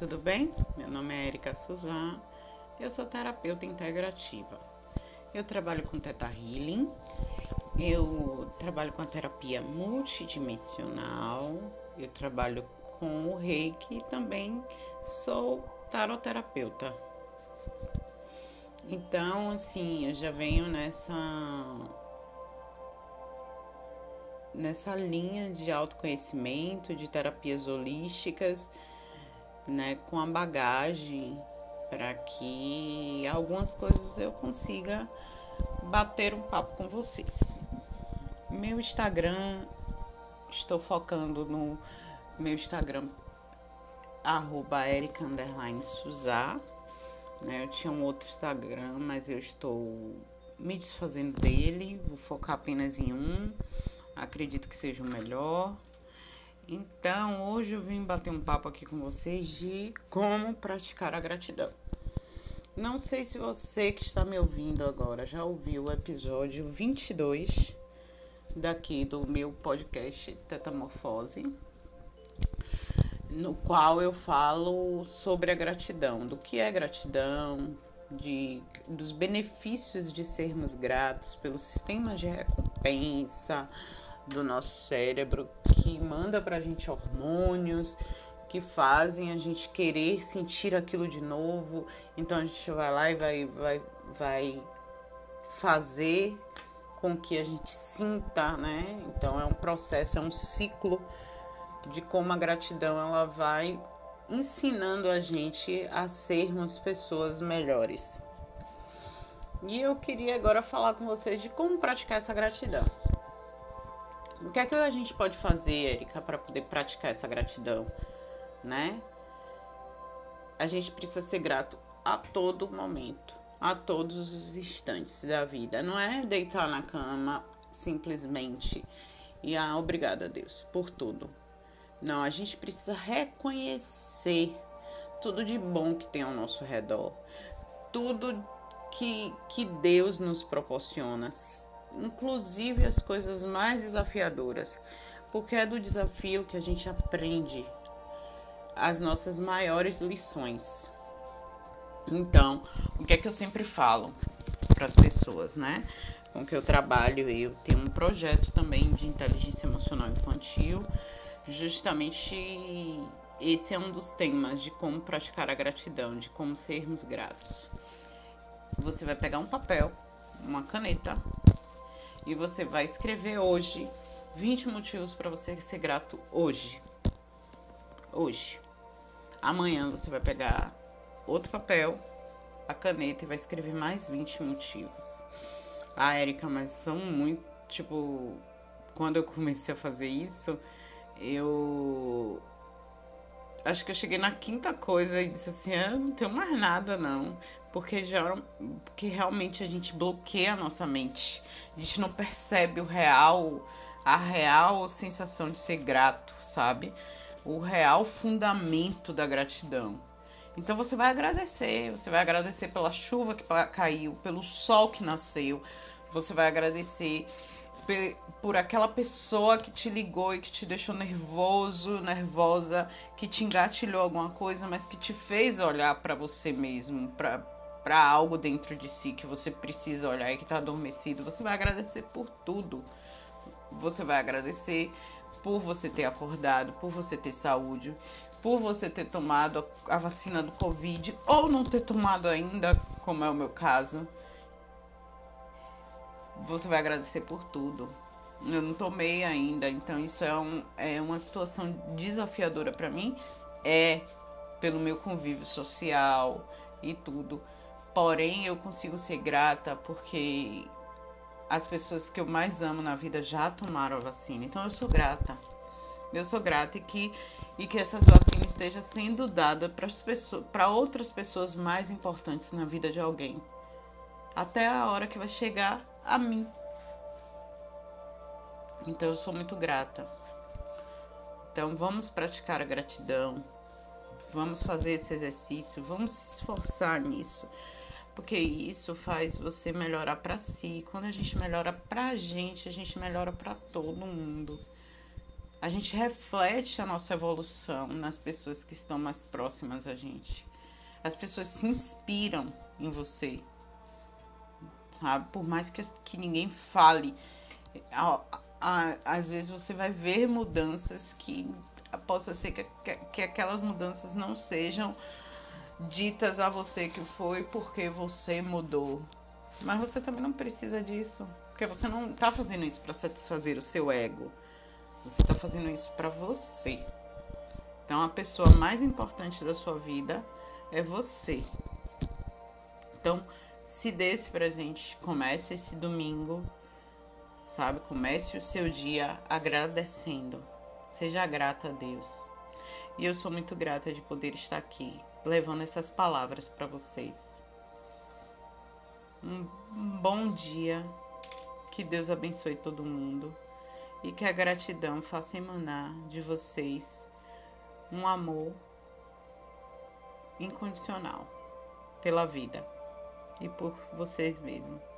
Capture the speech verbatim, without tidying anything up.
tudo bem? Meu nome é Erika Suzan, eu sou terapeuta integrativa. Eu trabalho com Theta Healing, eu trabalho com a terapia multidimensional, eu trabalho com o Reiki e também sou taroterapeuta. Então, assim, eu já venho nessa, nessa linha de autoconhecimento, de terapias holísticas, né, com a bagagem para que algumas coisas eu consiga bater um papo com vocês. Meu Instagram, estou focando no meu Instagram, arroba Erika underline Suzá, né? Eu tinha um outro Instagram, mas eu estou me desfazendo dele, vou focar apenas em um, acredito que seja o melhor. Então, hoje eu vim bater um papo aqui com vocês de como praticar a gratidão. Não sei se você que está me ouvindo agora já ouviu o episódio vinte e dois daqui do meu podcast Tetamorfose, no qual eu falo sobre a gratidão, do que é gratidão, de, dos benefícios de sermos gratos pelo sistema de recompensa do nosso cérebro, que manda pra gente hormônios que fazem a gente querer sentir aquilo de novo. Então a gente vai lá e vai, vai, vai fazer com que a gente sinta, né? Então é um processo, é um ciclo de como a gratidão ela vai ensinando a gente a sermos pessoas melhores. E eu queria agora falar com vocês de como praticar essa gratidão. O que é que a gente pode fazer, Erika, para poder praticar essa gratidão, né? A gente precisa ser grato a todo momento, a todos os instantes da vida. Não é deitar na cama simplesmente e ah, obrigada a Deus por tudo. Não, a gente precisa reconhecer tudo de bom que tem ao nosso redor, tudo que, que Deus nos proporciona, inclusive as coisas mais desafiadoras, porque é do desafio que a gente aprende as nossas maiores lições. Então, o que é que eu sempre falo para as pessoas, né? Com que eu trabalho, eu tenho um projeto também de inteligência emocional infantil, justamente esse é um dos temas de como praticar a gratidão, de como sermos gratos. Você vai pegar um papel, uma caneta, e você vai escrever hoje vinte motivos para você ser grato hoje. Hoje. Amanhã você vai pegar outro papel, a caneta e vai escrever mais vinte motivos. Ah, Erika, mas são muito, tipo, quando eu comecei a fazer isso, eu acho que eu cheguei na quinta coisa e disse assim, eu não tenho mais nada não, porque já porque realmente a gente bloqueia a nossa mente, a gente não percebe o real, a real sensação de ser grato, sabe? O real fundamento da gratidão. Então você vai agradecer, você vai agradecer pela chuva que caiu, pelo sol que nasceu, você vai agradecer por aquela pessoa que te ligou e que te deixou nervoso, nervosa, que te engatilhou alguma coisa, mas que te fez olhar para você mesmo, para para algo dentro de si que você precisa olhar e que está adormecido. Você vai agradecer por tudo. Você vai agradecer por você ter acordado, por você ter saúde, por você ter tomado a vacina do Covid ou não ter tomado ainda, como é o meu caso. Você vai agradecer por tudo. Eu não tomei ainda, então isso é, um, é uma situação desafiadora para mim, é pelo meu convívio social e tudo. Porém, eu consigo ser grata porque as pessoas que eu mais amo na vida já tomaram a vacina. Então, eu sou grata. Eu sou grata e que, e que essas vacinas estejam sendo dadas para outras pessoas mais importantes na vida de alguém. Até a hora que vai chegar a mim. Então eu sou muito grata. Então vamos praticar a gratidão. Vamos fazer esse exercício. Vamos se esforçar nisso. Porque isso faz você melhorar pra si. Quando a gente melhora pra gente, a gente melhora pra todo mundo. A gente reflete a nossa evolução nas pessoas que estão mais próximas a gente. As pessoas se inspiram em você, sabe? Por mais que, que ninguém fale, a, a, às vezes você vai ver mudanças que possa ser que, que, que aquelas mudanças não sejam ditas a você que foi porque você mudou. Mas você também não precisa disso, porque você não está fazendo isso para satisfazer o seu ego. Você está fazendo isso para você. Então, a pessoa mais importante da sua vida é você. Então, se dê esse presente. Comece esse domingo, sabe? Comece o seu dia agradecendo. Seja grata a Deus. E eu sou muito grata de poder estar aqui, levando essas palavras para vocês. Um bom dia. Que Deus abençoe todo mundo. E que a gratidão faça emanar de vocês um amor incondicional pela vida e por vocês mesmos.